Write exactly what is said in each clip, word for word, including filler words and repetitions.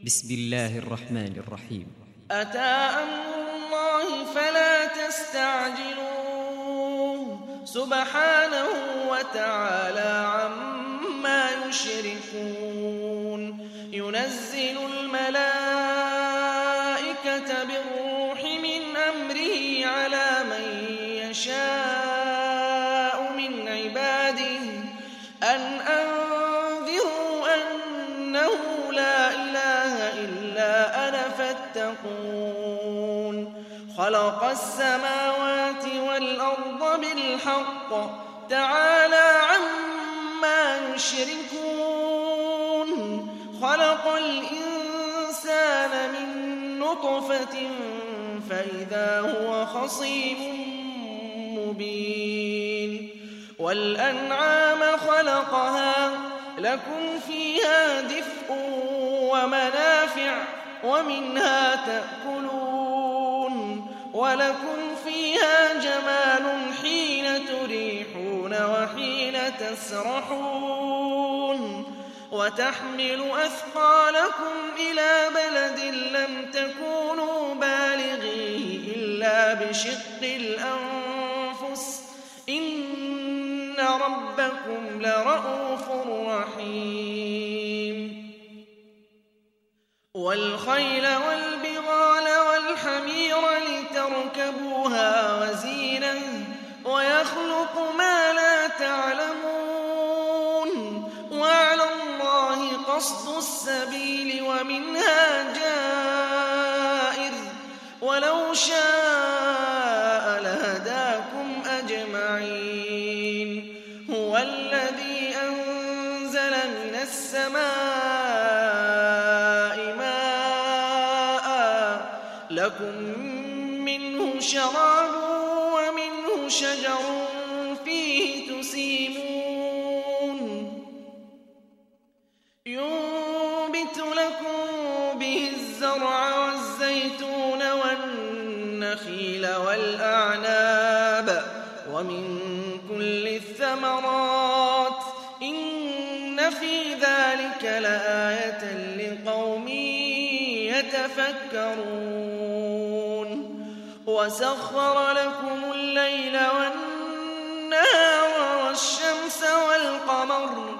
بسم الله الرحمن الرحيم. أتى أمر الله فلا تستعجلوه سبحانه وتعالى عما يشركون. ينزل الملائكة بالروح من أمره على من يشاء من عباده أن أنذروا أنه لا إله إلا أنا فاتقون. خلق السماوات والأرض بالحق تعالى عما يشركون. خلق الإنسان من نطفة فإذا هو خصيم مبين. والأنعام خلقها لكم فيها دفء ومنافع ومنها تأكلون ولكم فيها جمال حين تريحون وحين تسرحون. وتحمل أثقالكم إلى بلد لم تكونوا بالغيه إلا بشق الأنفس إن ربكم لرءوف رحيم. والخيل والبغال والحمير لتركبوها وزينة ويخلق ما لا تعلمون. وعلى الله قصد السبيل ومنها جائر ولو شاء لهداكم أجمعين. هو الذي أنزل من السماء ماء لكم منه شراب ومنه شجر فيه تسيمون. ينبت لكم به الزرع والزيتون والنخيل والأعناب ومن كل الثمرات إن في ذلك لآية لقوم يتفكرون. وسخر لكم الليل والنهار والشمس والقمر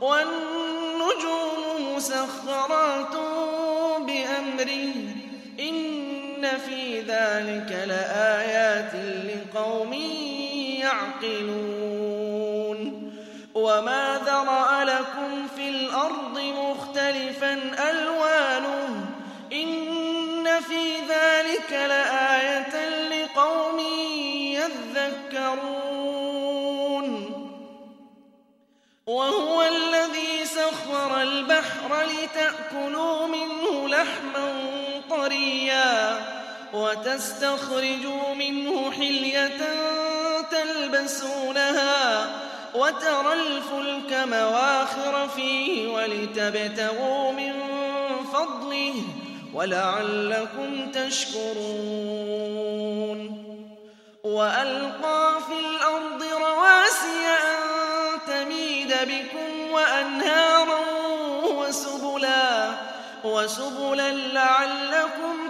والنجوم مسخرات بأمره إن في ذلك لآيات لقوم يعقلون. وما ذرأ لكم في الأرض مختلفا ألوانه إن في ذلك لآية لقوم يذكرون. وهو الذي سخر البحر لتأكلوا منه لحما طريا وتستخرجوا منه حلية تلبسونها وترى الفلك مواخر فيه ولتبتغوا من فضله ولعلكم تشكرون. وألقى في الأرض رواسي أن تميد بكم وأنهارا وسبلا وسبلا لعلكم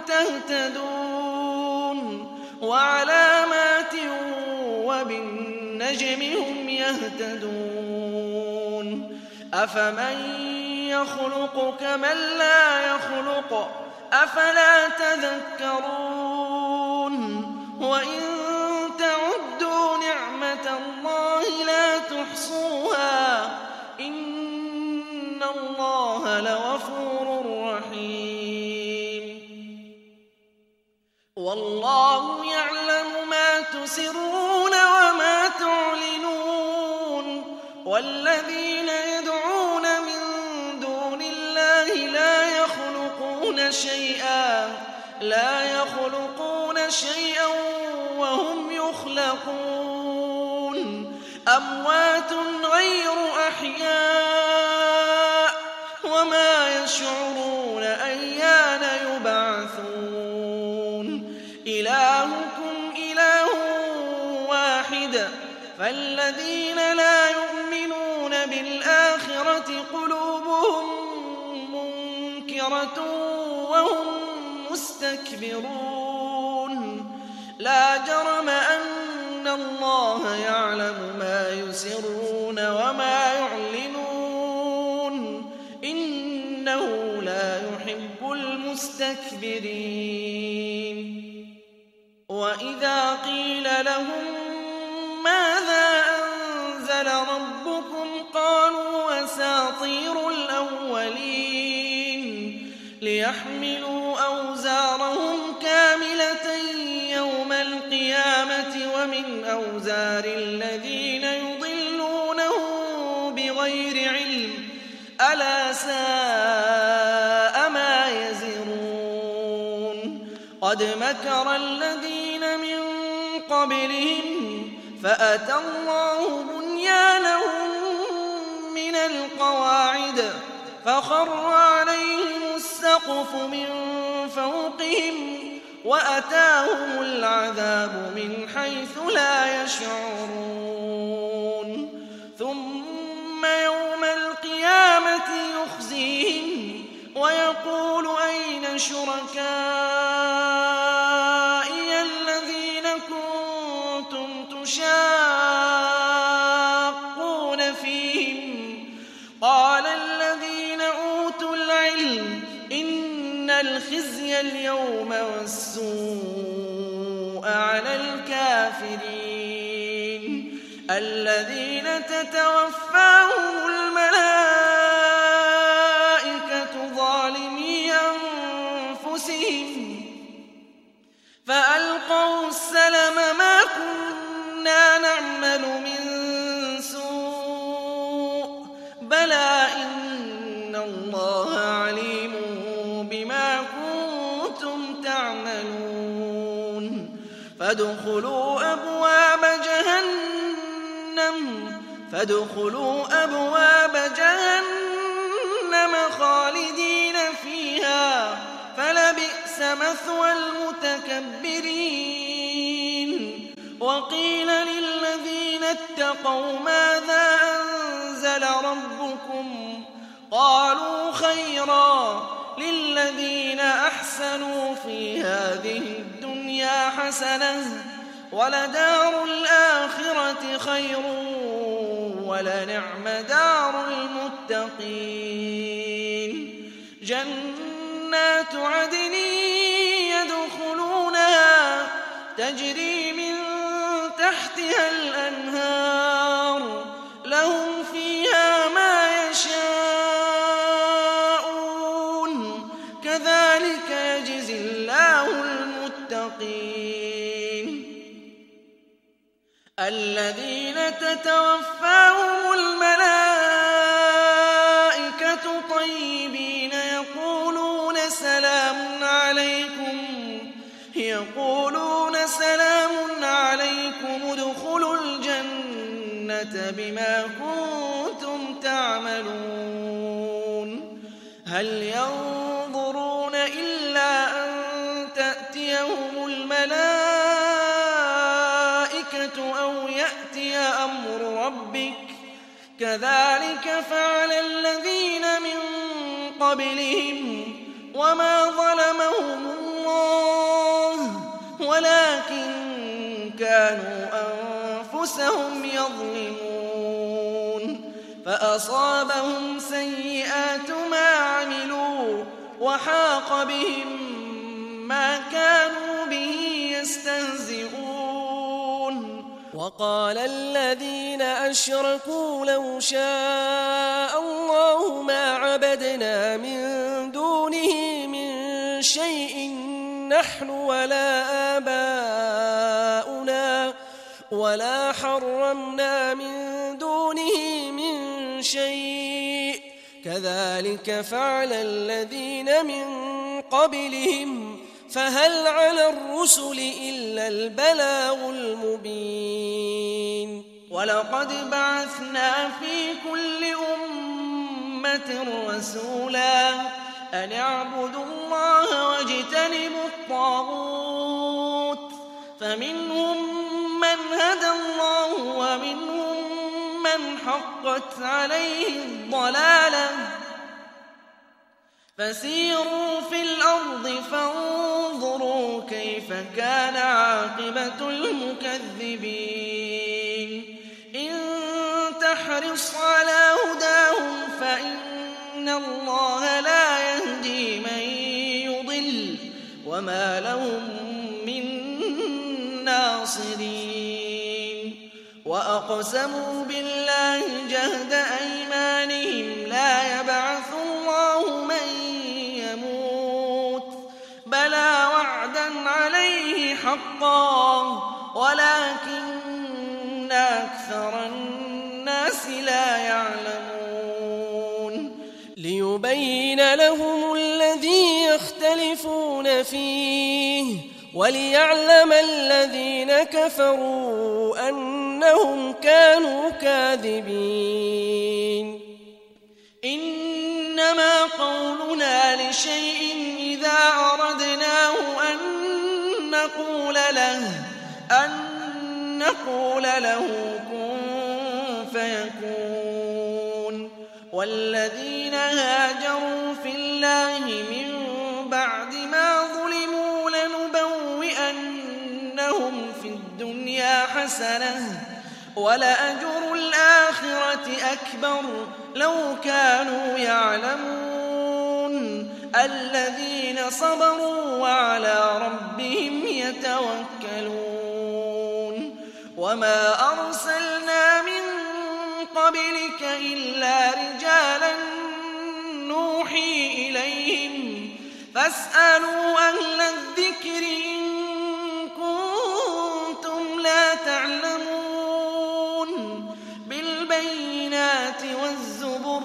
تهتدون. وعلامات وبالنجم هم يهتدون. أفمن يخلق كمن لا يخلق أفلا تذكرون. وإن تعدوا نعمة الله لا تحصوها إن الله لغفور رحيم. والله يعلم ما تسرون وما تعلنون. والذين يدعون من دون الله لا يخلقون شيئا لا يخلقون شيئا وهم يخلقون. أموات غير أحياء وما يشعرون أيان يبعثون. إلهكم إله واحد فالذين لا يؤمنون بالآخرة قلوبهم منكرة وهم مستكبرون لا جرم أن الله يعلم ما يسرون وما يعلنون إنه لا يحب المستكبرين وإذا قيل لهم ماذا أنزل ربكم قالوا أساطير الأولين ليحملوا أوزارهم كاملة يوم القيامة ومن أوزار الذين يضلونهم بغير علم ألا ساء ما يزرون قد مكر الذين من قبلهم فأتى الله بنيانهم من القواعد فخر عليهم السقف من فوقهم وأتاهم العذاب من حيث لا يشعرون ثم يوم القيامة يخزيهم ويقول أين شركائي الذين كنتم تشاقون فيهم قال الذين أوتوا العلم إن الخزي اليوم والسوء على الكافرين الذين تتوفاهم الملائكة ظالمي أنفسهم فألقوا السلم ما كنا نعمل من سوء بلى إن الله عليم بما كنتم تعملون فادخلوا أبواب جهنم فادخلوا أبواب جهنم خالدين فيها فلبئس مثوى المتكبرين وقيل للذين اتقوا ماذا أنزل ربكم قالوا خيرا للذين أحسنوا في هذه الدنيا حسنة ولدار الآخرة خير ولنعم دار المتقين جنات عدن يدخلونها تجري من تحتها الأنهار لهم فيها ما يشاءون كذلك يجزي الله المتقين الذين تتوفاهم الملائكة طيبين يقولون سلام عليكم يقولون سلام عليكم ادخلوا الجنة بما كنتم تعملون هل ينظرون إلا أن تأتيهم الملائكة أو يأتي أمر ربك كذلك فعل الذين من قبلهم وما ظلمهم الله ولكن كانوا أنفسهم يظلمون فأصابهم سيئات ما عملوا وحاق بهم ما كانوا به يستهزئون وقال الذين أشركوا لو شاء الله ما عبدنا من دونه من شيء نحن ولا آباؤنا ولا حرمنا من دونه من شيء كذلك فعل الذين من قبلهم فهل على الرسل إلا البلاغ المبين ولقد بعثنا في كل أمة رسولا أن اعبدوا الله واجتنبوا الطاغوت فمنهم من هدى الله ومنهم من حقت عليه الضلالة فسيروا في الأرض فانظروا كيف كان عاقبة المكذبين إن تحرص على هداهم فإن الله لا يهدي من يضل وما لهم من ناصرين وأقسموا بالله جهد أيمانهم لا يبعث الله من يموت بلى وعدا عليه حقا ولكن أكثر الناس لا يعلمون ليبين لهم الذي يختلفون فيه وليعلم الذين كفروا أنهم كانوا كاذبين إنما قولنا لشيء إذا أردناه أن نقول له أن نقول له كن فيكون والذين هاجروا في الله من بعد ما ظلموا لنبوئنهم في الدنيا حسنة ولأجر الآخرة أكبر لو كانوا يعلمون الذين صبروا وعلى ربهم يتوكلون وما أرسلنا من قبلك إلا رجالا نوحي إليهم فاسألوا أهل الذكر إن كنتم لا تعلمون بالبينات والزبر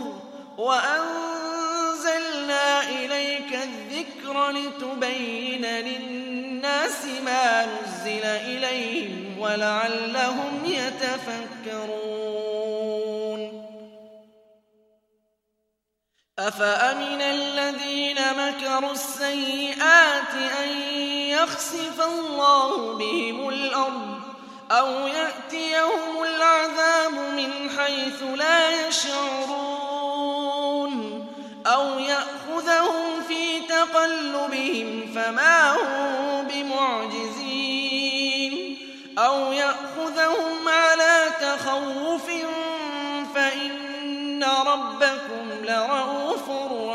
وأنزلنا إليك الذكر لتبين للناس ما نزل إليهم ولعلهم يتفكرون أفأمن الذين مكروا السيئات أن يخسف الله بهم الأرض أو يأتيهم العذاب من حيث لا يشعرون أو يأخذهم في تقلبهم فما هم بمعجزين أو يأخذهم على تخوف فإن ربكم لرءوف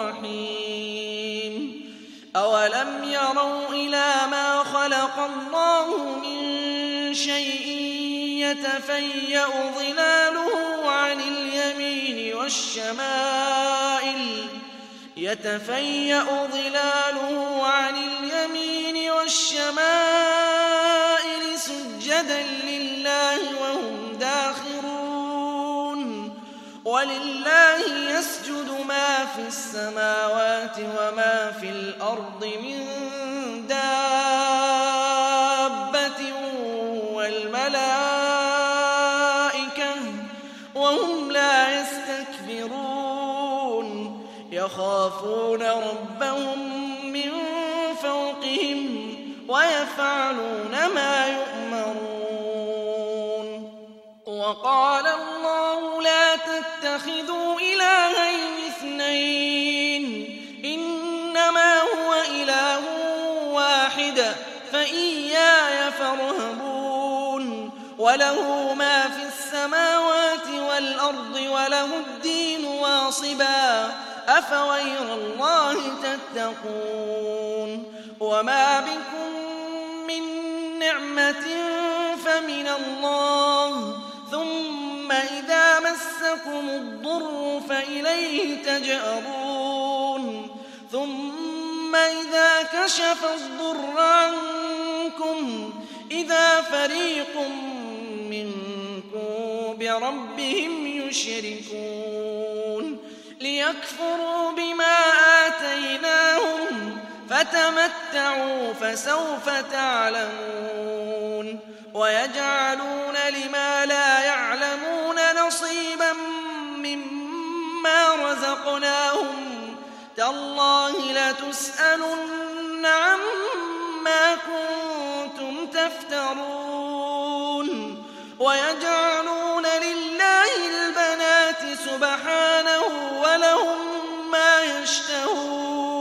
رحيم أولم يروا إلى ما خلق الله من شيء يتفيأ ظلاله عن اليمين والشمائل يتفيأ ظلاله عن اليمين والشمائل سجدا لله وهم داخرون ولله يسجد ما في السماوات وما في الأرض من دابة والملائكة وهم لا يستكبرون يخافون ربهم من فوقهم ويفعلون ما يؤمرون وقال الله لا تتخذوا إلهين اثنين إنما هو إله واحد فإياي فارهبون وله ما في السماوات والأرض وله الدين واصبا أفغير الله تتقون وما بكم من نعمة فمن الله ثم إذا مسكم الضر فإليه تجأرون ثم إذا كشف الضر عنكم إذا فريق منكم بربهم يشركون ليكفروا بما آتيناهم فتمتعوا فسوف تعلمون ويجعلون لما لا يعلمون نصيبا مما رزقناهم تالله لتسألن عما كنتم تفترون ويجعلون لله البنات سبحانه ولهم ما يشتهون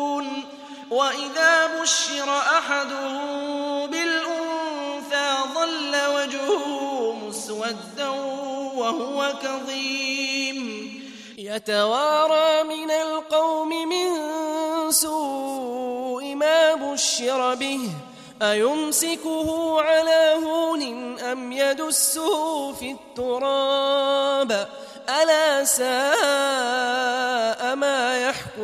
وإذا بشر أحدهم بالأنثى ظل وجهه مسودا وهو كظيم يتوارى من القوم من سوء ما بشر به أيمسكه على هون أم يدسه في التراب ألا ساء ما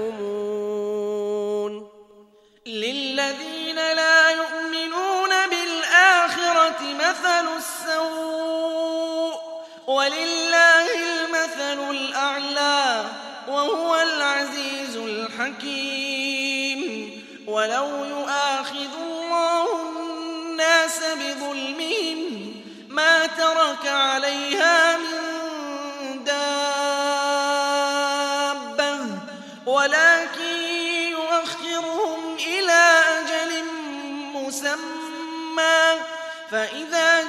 يحكمون للذين لا يؤمنون بالآخرة مثل السوء ولله المثل الأعلى وهو العزيز الحكيم ولو يؤاخذ الله الناس بظلمهم ما ترك عليها من دابة ولكن يؤخرهم إلى أجل مسمى فإذا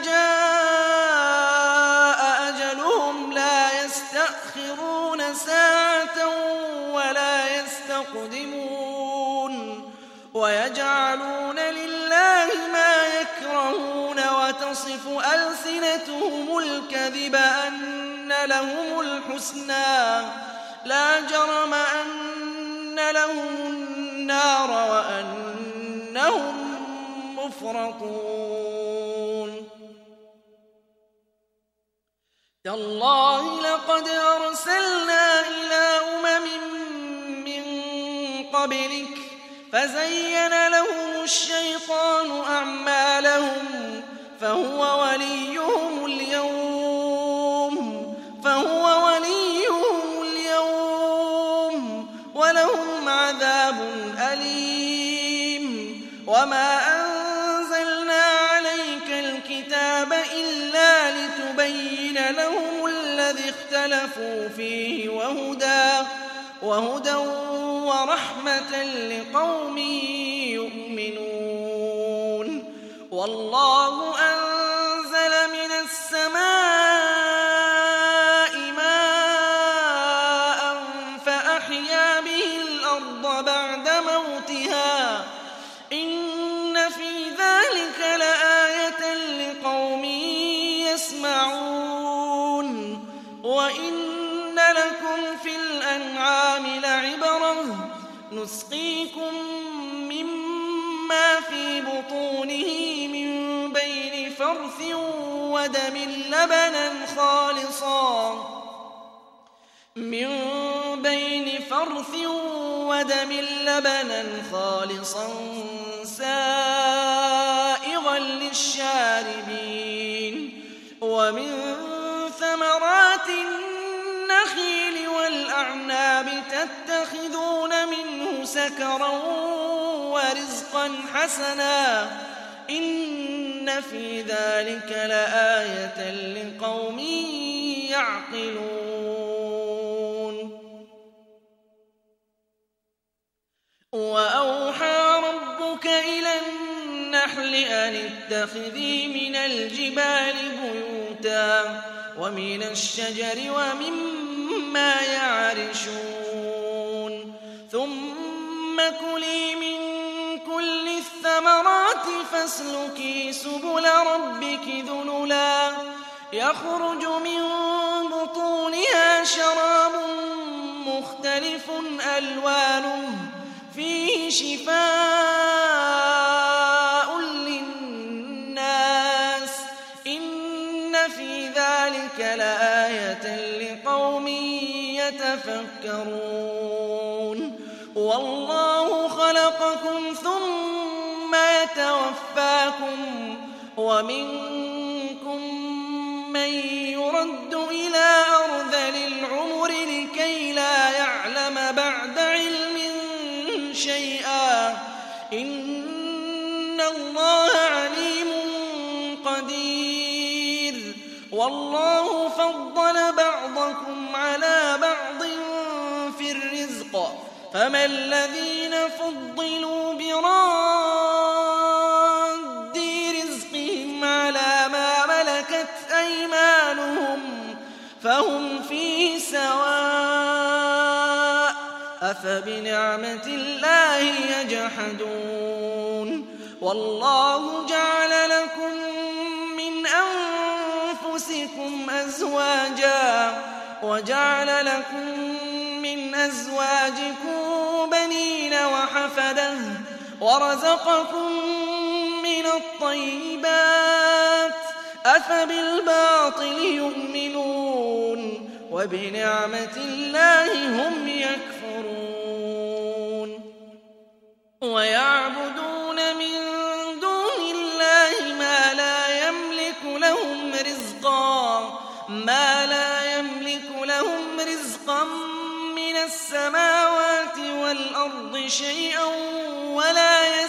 جاء أجلهم لا يستأخرون ساعة ولا يستقدمون ويجعلون لله ما يكرهون وتصف ألسنتهم الكذب أن لهم الحسنى لا جرم أن لهم النار وأنهم مفرطون تالله لقد أرسلنا إلى أمم من قبلك فزين لهم الشيطان أعمالهم فهو وليهم اليوم فهو وليهم اليوم ولهم عذاب أليم وما أنزلنا عليك الكتاب إلا لتبين لهم الذي اختلفوا فيه وهدى وهدى ورحمة لقوم يؤمنون والله أنزل من السماء ماء فأحيا به الأرض بعد موتها إن في ذلك لآية لقوم يسمعون وإن لكم في الأنعام لعبرة نسقيكم مما في بطونه من بين فرث ودم لبنا خالصا من بين فرث ودم لبنا خالصا سائغا للشاربين ومن ثمرات النخيل والأعناب تتخذون منه سكرا ورزقا حسنا إن في ذلك لآية لقوم يعقلون وأوحى ربك إلى النحل أن اتخذي من الجبال بيوتا ومن الشجر ومما يعرشون ثم كلي من كل الثمرات فاسلكي سبل ربك ذللا يخرج من بطونها شراب مختلف ألوانه فيه شفاء للناس إن في ذلك لآية لقوم يتفكرون والله خلقكم ثم يتوفاكم ومنكم من يرد إلى أرذل العمر لكي لا يعلم بعد علم شيئا إن الله عليم قدير والله فضل بعضكم على بعض في الرزق فما الذين فضلوا براد رزقهم على ما ملكت أيمانهم فهم فيه سواء أفمن أفبنعمة الله يجحدون والله جعل لكم من أنفسكم أزواجا وجعل لكم من أزواجكم بنين وحفدة ورزقكم من الطيبات أفبالباطل يؤمنون وبنعمة الله هم يكفرون ويعبدون من دون الله ما لا يملك لهم رزقا ما لا يملك لهم رزقا من السماوات والأرض شيئا ولا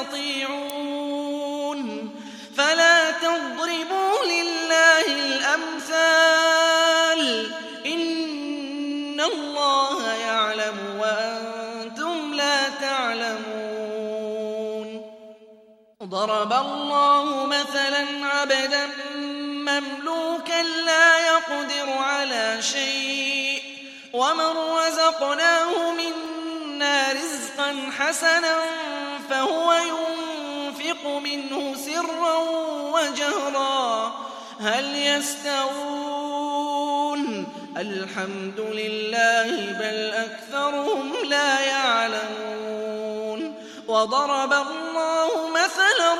يستطيعون فلا تضربوا لله الأمثال إن الله يعلم وأنتم لا تعلمون ضرب الله مثلا عبدا مملوكا لا يقدر على شيء ومن رزقناه منا رزقا حسنا فهو ينفق منه سرا وجهرا هل يستوون الحمد لله بل أكثرهم لا يعلمون وضرب الله مثلا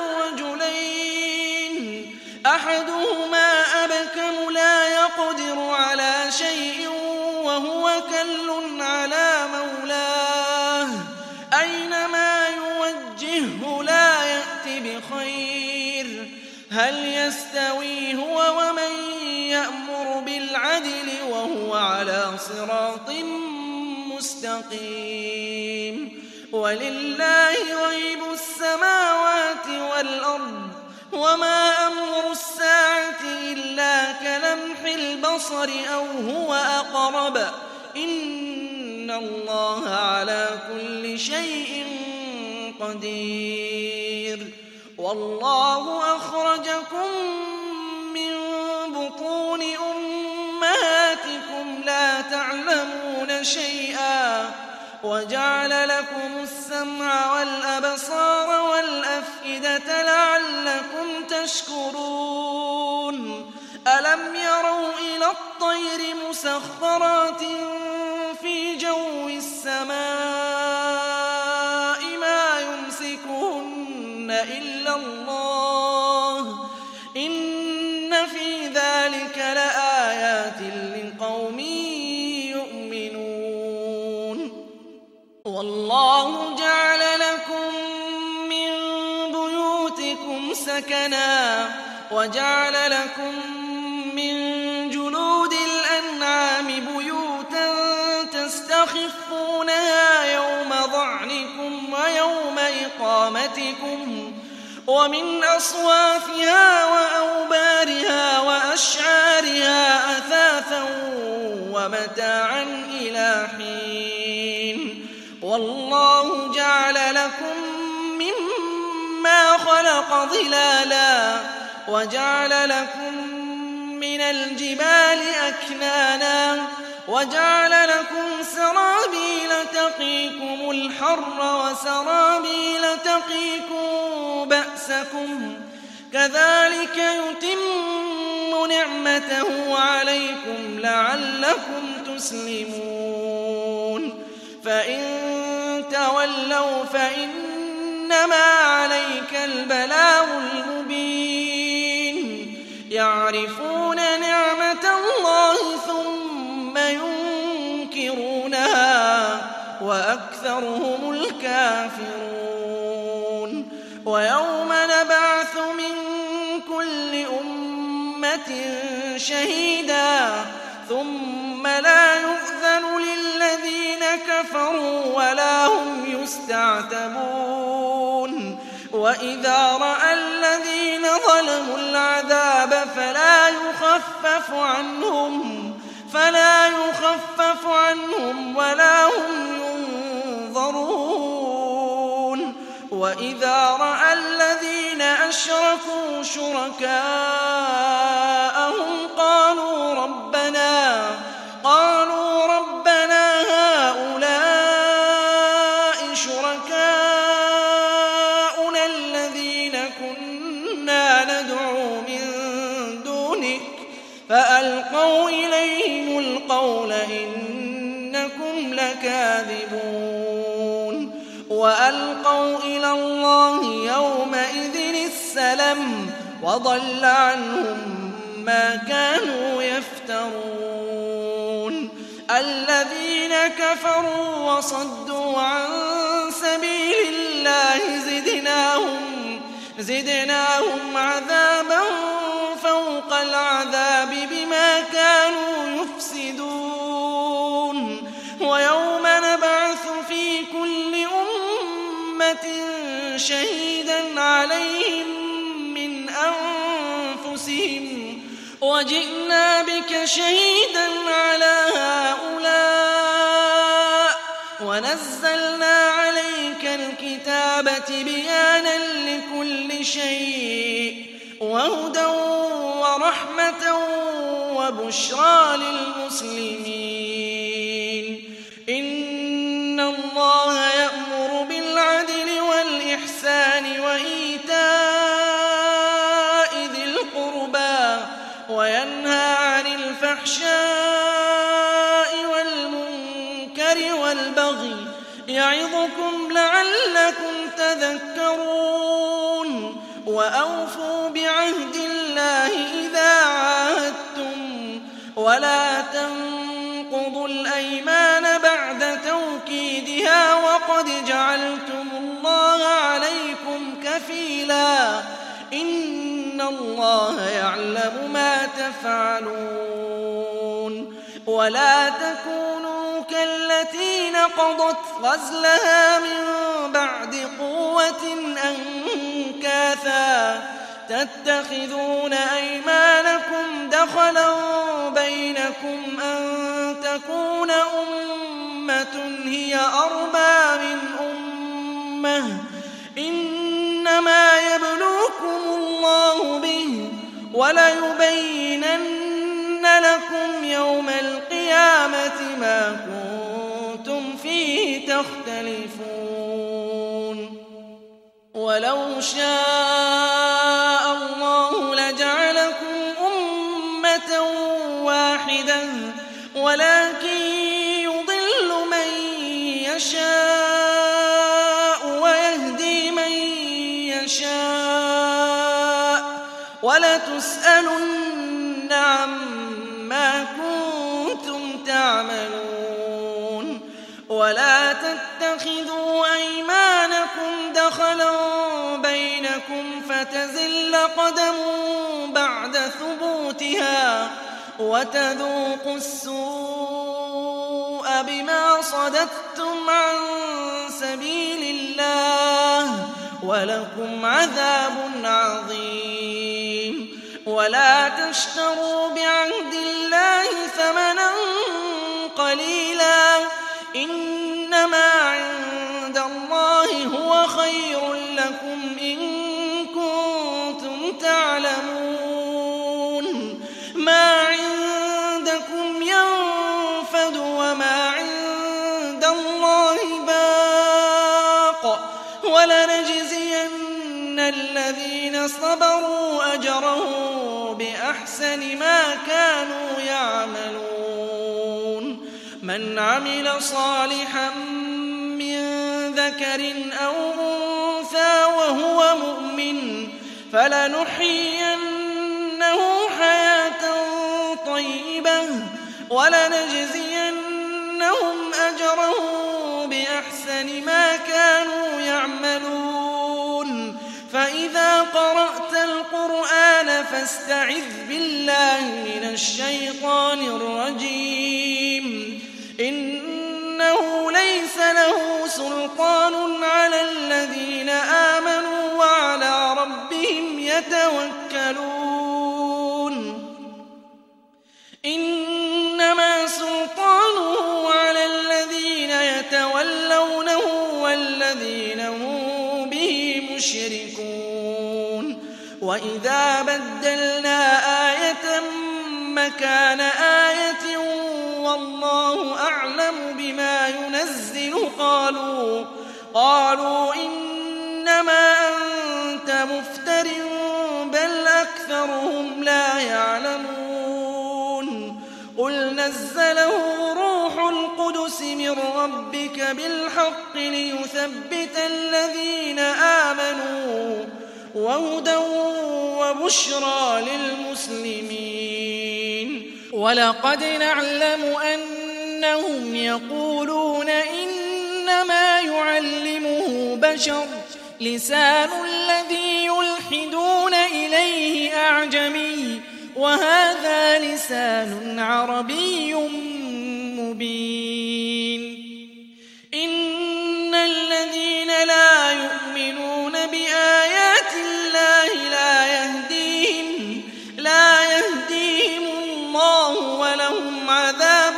رجلين أحدهما أبكم لا يقدر على شيء وهو كل على مولاه أينما يوجهه لا يأت بخير هل يستوي هو ومن يأمر بالعدل وهو على صراط مستقيم ولله غيب السماوات والأرض وما أمر الساعة إلا كلمح البصر أو هو أقرب إن الله على كل شيء قدير والله أخرجكم من بطون أمهاتكم لا تعلمون شيئا وجعل لكم السمع والأبصار والأفئدة لعلكم تشكرون ألم يروا إلى الطير مسخرات في جو السماء ما يمسكهن إلا الله إن في ذلك لآيات لقوم يؤمنون والله جعل لكم من بيوتكم سكنا وجعل لكم من جلود الأنعام بيوتا تستخفونها يوم ظعنكم ويوم إقامتكم ومن أصوافها وأوبارها وأشعارها أثاثا ومتاعا إلى حين والله جعل لكم مما خلق ظلالا وجعل لكم من الجبال أكنانا وجعل لكم سرابيل تقيكم الحر وسرابيل تقيكم بأسكم كذلك يتم نعمته عليكم لعلكم تسلمون فإن تولوا فإنما عليك البلاغ المبين يعرفون نعمة الله ثم ينكرونها وأكثرهم الكافرون ويوم نبعث من كل أمة شهيدا ثم لا يؤذن للذين كفروا ولا هم يستعتبون وإذا رأى الذين ظلموا العذاب فلا يخفف عنهم فلا يخفف عنهم ولا هم ينظرون وإذا رأى الذين أشركوا شركاءهم قالوا ربنا قالوا ربنا هؤلاء فألقوا إليهم القول إنكم لكاذبون وألقوا إلى الله يومئذ السلم وضل عنهم ما كانوا يفترون الذين كفروا وصدوا عن سبيل الله زدناهم زدناهم عذابا فوق العذاب بما كانوا يفسدون ويوم نبعث في كل أمة شهيدا عليهم من أنفسهم وجئنا بك شهيدا على هؤلاء ونزلنا عليك الكتاب تبيانا لكل شيء وهدى ورحمة وبشرى للمسلمين إن الله يأمر بالعدل والإحسان وإيتاء ذي القربى وينهى عن الفحشاء والمنكر والبغي يعظكم لعلكم تذكرون وأوفوا بعهد الله إذا عاهدتم ولا تنقضوا الأيمان بعد توكيدها وقد جعلتم الله عليكم كفيلا إن الله يعلم ما تفعلون ولا تكونوا كالتي نقضت غزلها من بعد قوة أنكاثا تتخذون أيمانكم دخلا بينكم أن تكون أمة هي أربى من أمة إنما يبلوكم الله به وليبينن لكم يوم القيامة ما كنتم فيه تختلفون ولو شاء الله لجعلكم أمة واحدة ولكن يضل من يشاء ويهدي من يشاء ولتسألن عما كنتم تعملون ولا تتخذوا أيمانكم دخلا بينكم فتزل قدم بعد ثبوتها وتذوقوا السوء بما صددتم عن سبيل الله ولكم عذاب عظيم ولا تشتروا بعهد الله ثمنا قليلا إنما عند الله هو خير لكم إن كنتم تعلمون ما عندكم ينفد وما عند الله باق ولنجزين الذين صبروا أجرهم بأحسن ما كانوا يعملون من عمل صالحا من ذكر أو أنثى وهو مؤمن فلنحيينه حياة طيبة ولنجزينهم أجرهم بأحسن ما كانوا يعملون فإذا قرأت القرآن فاستعذ بالله من الشيطان الرجيم إنه ليس له سلطان على الذين آمنوا وعلى ربهم يتوكلون إنما سلطانه على الذين يتولونه والذين هم به مشركون وإذا بدلنا آية مكان آية والله أعلم بما ينزل قالوا قالوا إنما أنت مفتر بل أكثرهم لا يعلمون نزله روح القدس من ربك بالحق ليثبت الذين آمنوا وهدى وبشرى للمسلمين. ولقد نعلم أنهم يقولون إنما يعلمه بشر لسان الذي يلحدون إليه أعجمي وهذا لسان عربي مبين. إن الذين لا يؤمنون بآيات الله لا يهديهم لا يهديهم الله ولهم عذاب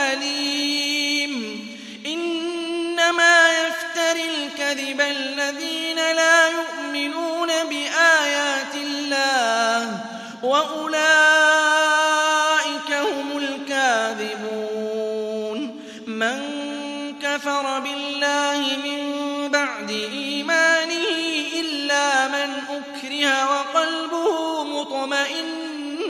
أليم. إنما يفتري الكذب الذين لا يؤمنون بآيات الله وأولئك هم الكاذبون. من كفر بالله من بعد إيمانه إلا من أكره وقلبه مطمئن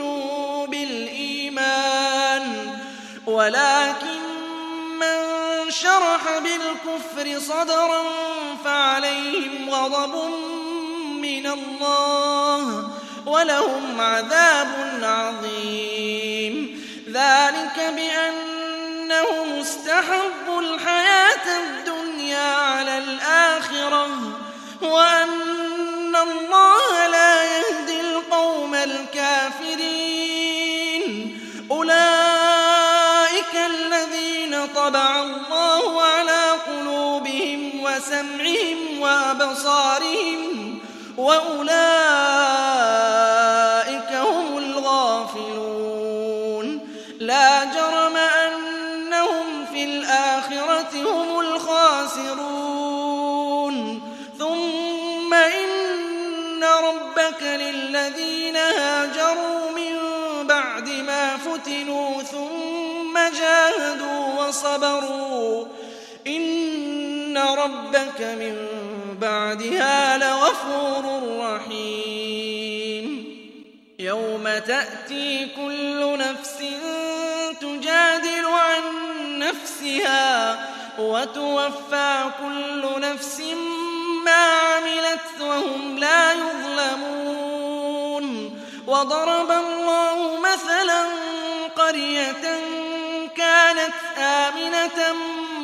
بالإيمان ولكن من شرح بالكفر صدرا فعليهم غضب من الله ولهم عذاب عظيم. ذلك بأنهم استحبوا الحياة الدنيا على الآخرة وأن الله لا يهدي القوم الكافرين. أولئك الذين طبع الله على قلوبهم وسمعهم وأبصارهم وأولئك هم الغافلون. لا جرم أنهم في الآخرة هم الخاسرون. ثم إن ربك للذين هاجروا من بعد ما فتنوا ثم جاهدوا وصبروا إن ربك من بعدها لغفور رحيم. يوم تأتي كل نفس تجادل عن نفسها وتوفى كل نفس ما عملت وهم لا يظلمون. وضرب الله مثلا قرية كانت آمنة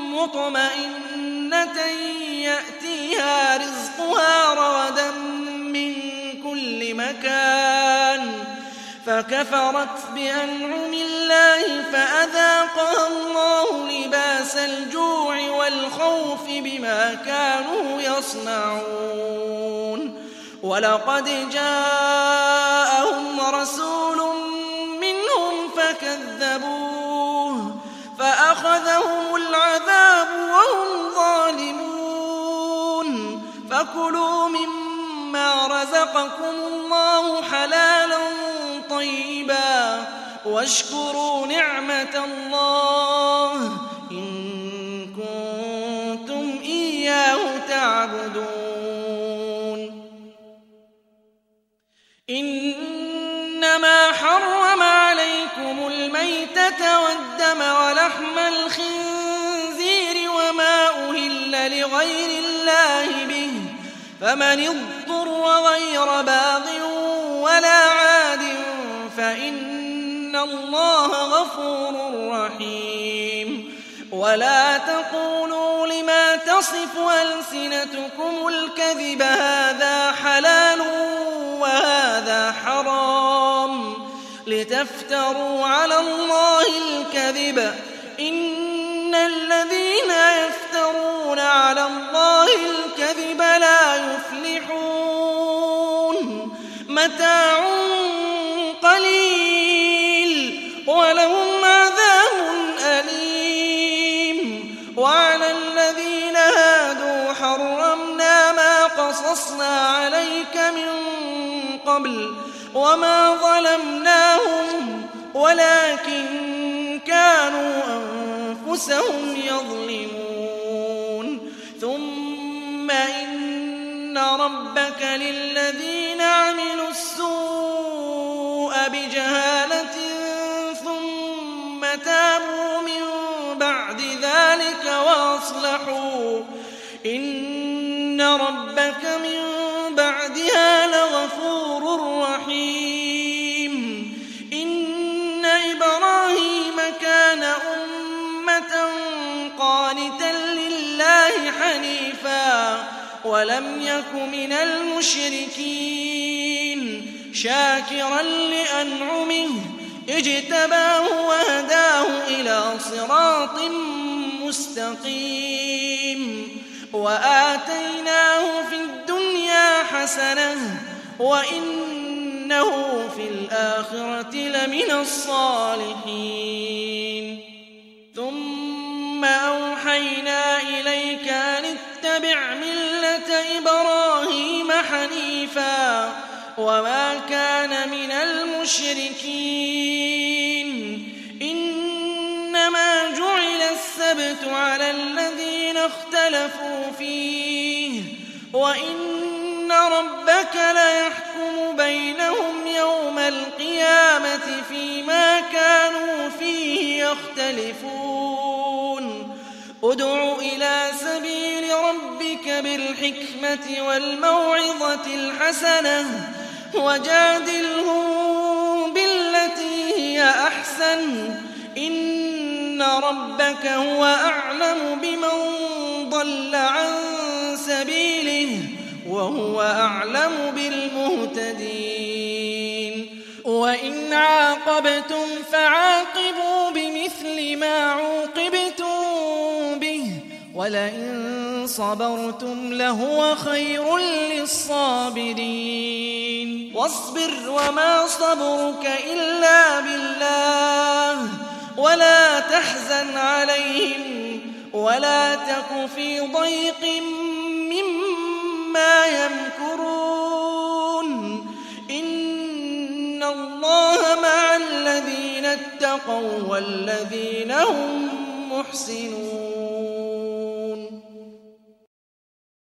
مطمئنة يأتيها رزقها رغدا من كل مكان فكفرت بأنعم الله فأذاقها الله لباس الجوع والخوف بما كانوا يصنعون. ولقد جاءهم رسول منهم فكذبوه فأخذهم العذاب وهم ظالمون. فكلوا مما رزقكم الله حلالا طيبا واشكروا نعمة الله إن كنتم إياه تعبدون. إنما حرم عليكم الميتة والدم ولحم الخنزير وما أهل لغير الله به فمن اضطر غير باغ ولا عاد فإن الله غفور رحيم. ولا تقولوا لما تصف ألسنتكم الكذب هذا حلال وهذا حرام لتفتروا على الله الكذب إن الذين يفترون على الله الكذب لا يفلحون. متاع قليل ولهم عذاب أليم. وعلى الذين هادوا حرمنا ما قصصنا عليك من قبل وما ظلمناهم ولكن كانوا أنفسهم يظلمون. ثم إن ربك للذين عملوا السوء بجهالة ثم تابوا من بعد ذلك وأصلحوا إن ربك من بعدها لغفور رحيم إن إبراهيم كان أمة قانتا لله حنيفا ولم يك من المشركين شاكرا لأنعمه اجتباه وهداه إلى صراط مستقيم وآتيناه في الدنيا حسنة وإنه في الآخرة لمن الصالحين ثم أوحينا إليك أن اتبع ملة إبراهيم حنيفا وما كان من المشركين إنما جعل السبت على الذين اختلفوا فيه وإن ربك ليحكم بينهم يوم القيامة فيما كانوا فيه يختلفون ادع إلى سبيل ربك بالحكمة والموعظة الحسنة وجادلهم بالتي هي أحسن إن ربك هو أعلم بمن ضل عن سبيله وهو أعلم بالمهتدين وإن عاقبتم فعاقبوا بمثل ما عوقبتم به ولئن صبرتم لهو خير للصابرين واصبر وما صبرك إلا بالله ولا تحزن عليهم ولا تك في ضيق مما يمكرون إن الله مع الذين اتقوا والذين هم محسنون